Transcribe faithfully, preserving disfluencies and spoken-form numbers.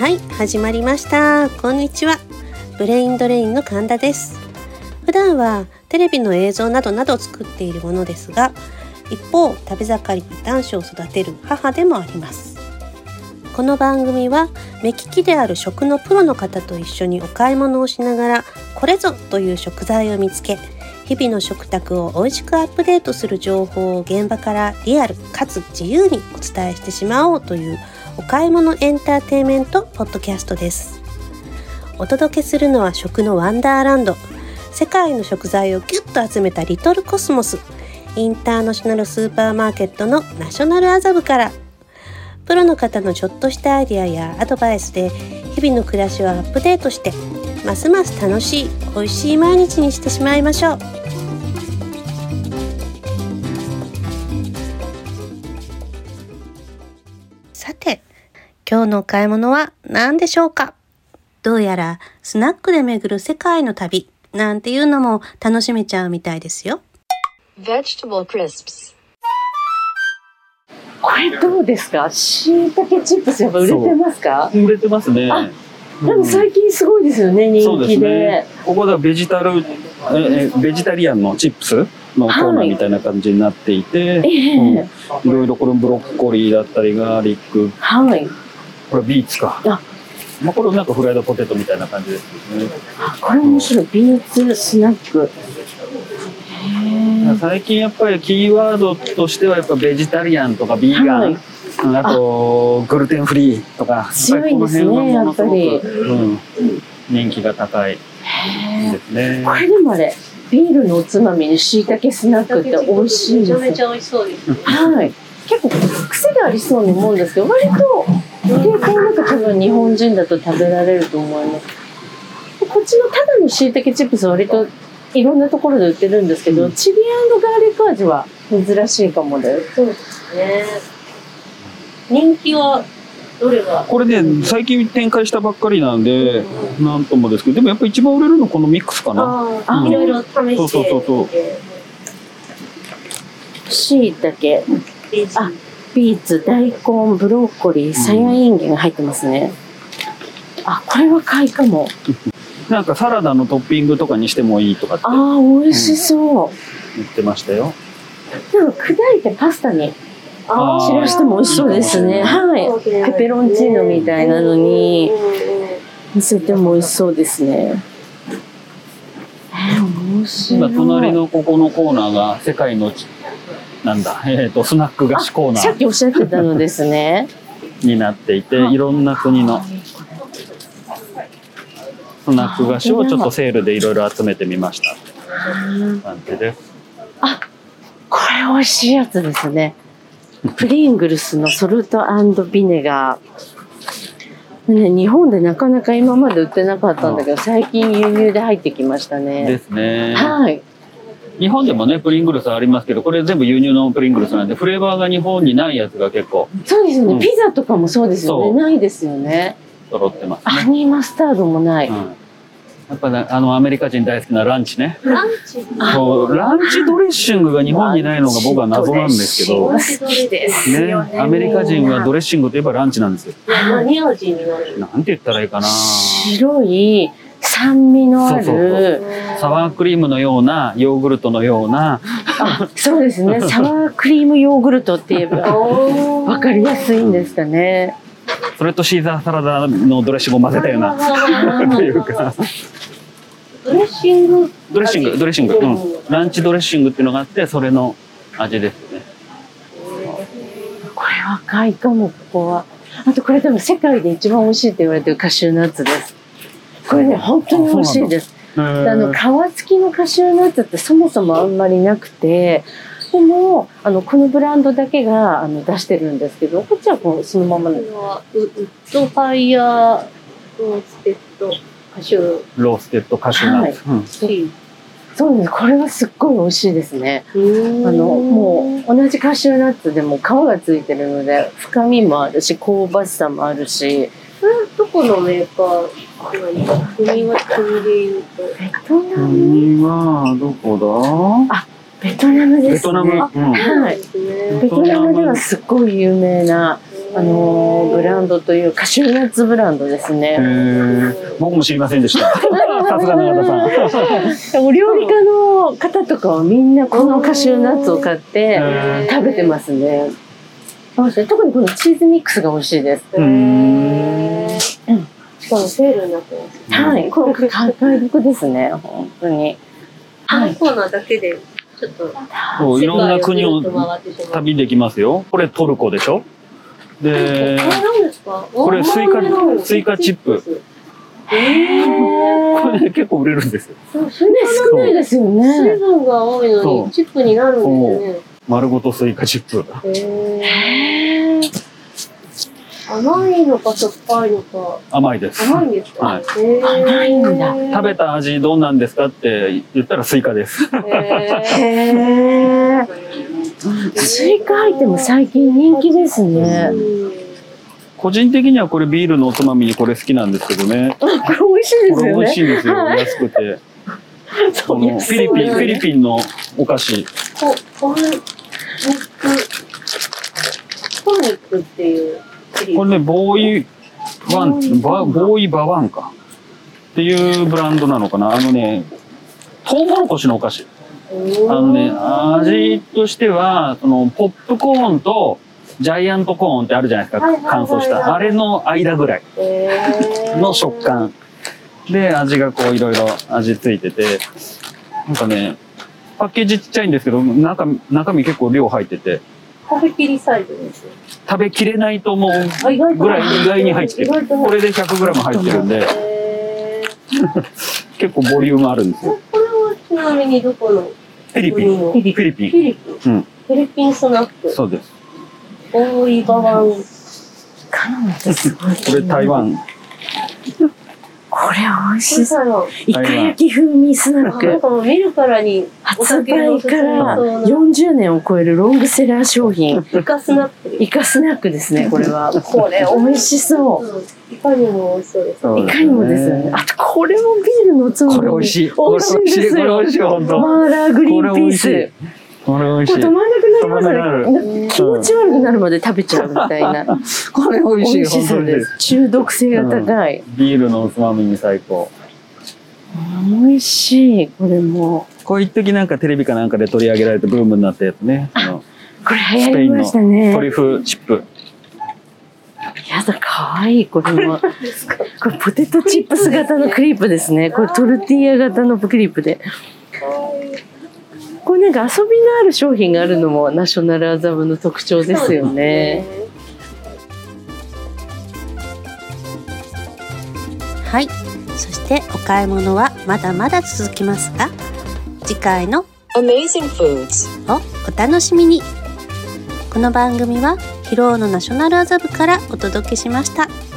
はい、始まりました。こんにちは。ブレインドレインの神田です。普段はテレビの映像などなどを作っているものですが、一方食べ盛りの男子を育てる母でもあります。この番組は目利きである食のプロの方と一緒にお買い物をしながら、これぞという食材を見つけ、日々の食卓を美味しくアップデートする情報を現場からリアルかつ自由にお伝えしてしまおうというお買い物エンターテインメントポッドキャストです。お届けするのは食のワンダーランド、世界の食材をギュッと集めたリトルコスモス、インターナショナルスーパーマーケットのナショナル麻布から、プロの方のちょっとしたアイデアやアドバイスで日々の暮らしをアップデートして、ますます楽しい美味しい毎日にしてしまいましょう。さて、今日のお買い物は何でしょうか。どうやらスナックで巡る世界の旅なんていうのも楽しめちゃうみたいですよ。 Vegetable crisps。 これどうですか？しいたけチップスやっぱ売れてますか？ 売れてますね。 あ、でも最近すごいですよね、人気で。そうですね。 ここではベジタルえベジタリアンのチップスのコーナーみたいな感じになっていて、はい、うん、いろいろこれブロッコリーだったりガーリック、はい、これビーツか。あ、まあ、これなんかフライドポテトみたいな感じですね。 あ、これ面白い。ビーツスナック。 最近やっぱりキーワードとしてはやっぱベジタリアンとかビーガン、はい、あとグルテンフリーとか、 強いですね、やっぱり、 うん、人気が高いですね。 これでもあれビールのおつまみにしいたけスナックって美味しいです。 めちゃめちゃ美味しそうです。 はい、結構癖がありそうに思うんですけど、割と定番なんか多分日本人だと食べられると思います。こっちのただのしいたけチップスは割といろんなところで売ってるんですけど、うん、チリ&ガーリック味は珍しいかもです。 そうですね。人気はどれが？ これね、最近展開したばっかりなんで、うん、なんともですけど、でもやっぱり一番売れるのこのミックスかな。 あ、うん、いろいろ試して。 そうそうそうそう。 しいたけ、あ、ビーツ、大根、ブロッコリー、さやいんげんが入ってますね。うん、あ、これは買いかも。 なんかサラダのトッピングとかにしてもいいとかって。 ああ、美味しそう、うん、 言ってましたよ。 でも砕いてパスタに散らしても美味しそうですね。はい。ペペロンチーノみたいなのに乗せても美味しそうですね。えー、面白い。 今隣のここのコーナーが世界のなんだ、えーとスナック菓子コーナー。 さっきおっしゃってたのですね。 になっていて、いろんな国のスナック菓子をちょっとセールでいろいろ集めてみました感じです。 あ、これ美味しいやつですね。プリングルスのソルト&ビネガー、ね、日本でなかなか今まで売ってなかったんだけど、最近輸入で入ってきましたね。 ですね。 はい。 日本でもねプリングルスありますけど、これ全部輸入のプリングルスなんでフレーバーが日本にないやつが結構。 そうですよね、うん、ピザとかもそうですよね。ないですよね。 揃ってますね。 ハニーマスタードもない、うん、 やっぱね、あのアメリカ人大好きなランチね。 ランチ。 そうランチドレッシングが日本にないのが僕は謎なんですけど。 好きですよね。 アメリカ人はドレッシングといえばランチなんですよ。 何味になる？ なんて言ったらいいかな。 白い酸味のある。そうそうそう、 サワークリームのようなヨーグルトのような。 あ、そうですね。サワークリームヨーグルトって言えばわかりやすいんですかね。 それとシーザーサラダのドレッシングを混ぜたようなというか。 ドレッシングドレッシングドレッシング、うん、ランチドレッシングっていうのがあって、それの味ですね。 これは買いかも。ここはあとこれ多分世界で一番美味しいって言われてるカシューナッツです。これね本当に美味しいです。あの皮付きのカシューナッツってそもそもあんまりなくて、でもあのこのブランドだけがあの出してるんですけど、こっちはこうそのままのウッドファイヤーローステッドカシューローステッドカシューナッツ、はい、うん、 そうです。これはすっごい美味しいですね。あのもう同じカシューナッツでも皮がついてるので深みもあるし香ばしさもあるし。 それはどこのメーカー？国は国でいうとベトナム。 国はどこだ？ あ、ベトナムですね。 ベトナム、うん、 はい。ベトナムではすっごい有名なあのーブランドというカシューナッツブランドですね。 僕も知りませんでした。さすが永田さん。 お料理家の方とかはみんなこのカシューナッツを買って食べてますね。特にこのチーズミックスが美味しいです。 へーしかもセールになってます。 はい、これ買い得ですね、本当に。 このコーナーだけでちょっとそういろんな国を旅できますよ。これトルコでしょ。で、これスイカスイカチップ。これね結構売れるんですよ。 そう少ないですよね。 水分が多いのにチップになるんですよね。 丸ごとスイカチップ。 へー甘いのかしょっぱいのか。 甘いです。 甘いんですか。 はい。 甘いんだ。 食べた味どうなんですかって言ったらスイカです。 へースイカアイテム最近人気ですね。 個人的にはこれビールのおつまみにこれ好きなんですけどね。 これ美味しいですよね。 これ美味しいんですよ。安くて。このフィリピンフィリピンのお菓子。 ココルニックコルニックっていう。 これねボーイワンバボーイバワンかっていうブランドなのかな。あのねトウモロコシのお菓子。あのね味としてはそのポップコーンとジャイアントコーンってあるじゃないですか、乾燥したあれの間ぐらいの食感で味がこういろいろ味ついてて、なんかねパッケージちっちゃいんですけど中中身結構量入ってて食べきりサイズです。 食べきれないと思うぐらい意外に入ってる。これで ひゃくグラム 入ってるんで結構ボリュームあるんですよ。 これはちなみにどこの？ フィリピン。フィリピン。 フィリピン。うん。フィリピンスナック。 そうです。 大井バワン。 これ台湾。 これ美味しそう。イカ焼き風味スナック。 なんかもう見るからに発売からよんじゅうねんを超えるロングセラー商品。 イカスナック。 イカスナックですね、これは。これ美味しそう。 いかにも美味しそうです。 いかにもですよね。あとこれもビールのおつまみ。 これ美味しい。 美味しいんですよ。 これ美味しい本当。 マーラーグリーンピース。 これ美味しい。 止まらなくなりますね。気持ち悪くなるまで食べちゃうみたいな。 これ美味しい。 美味しそうです。中毒性が高い。 ビールのおつまみに最高。 美味しい。これも。 こう一時なんかテレビかなんかで取り上げられてブームになったやつね。 これ流行りましたね。 トリュフチップ。 やだ、かわいい、これも。これポテトチップス型のクリップですね。これトルティーヤ型のクリップで。これなんか遊びのある商品があるのもナショナル麻布の特徴ですよね。 はい。そしてお買い物はまだまだ続きますが、次回の Amazing Foods をお楽しみに。この番組は広尾のナショナル麻布からお届けしました。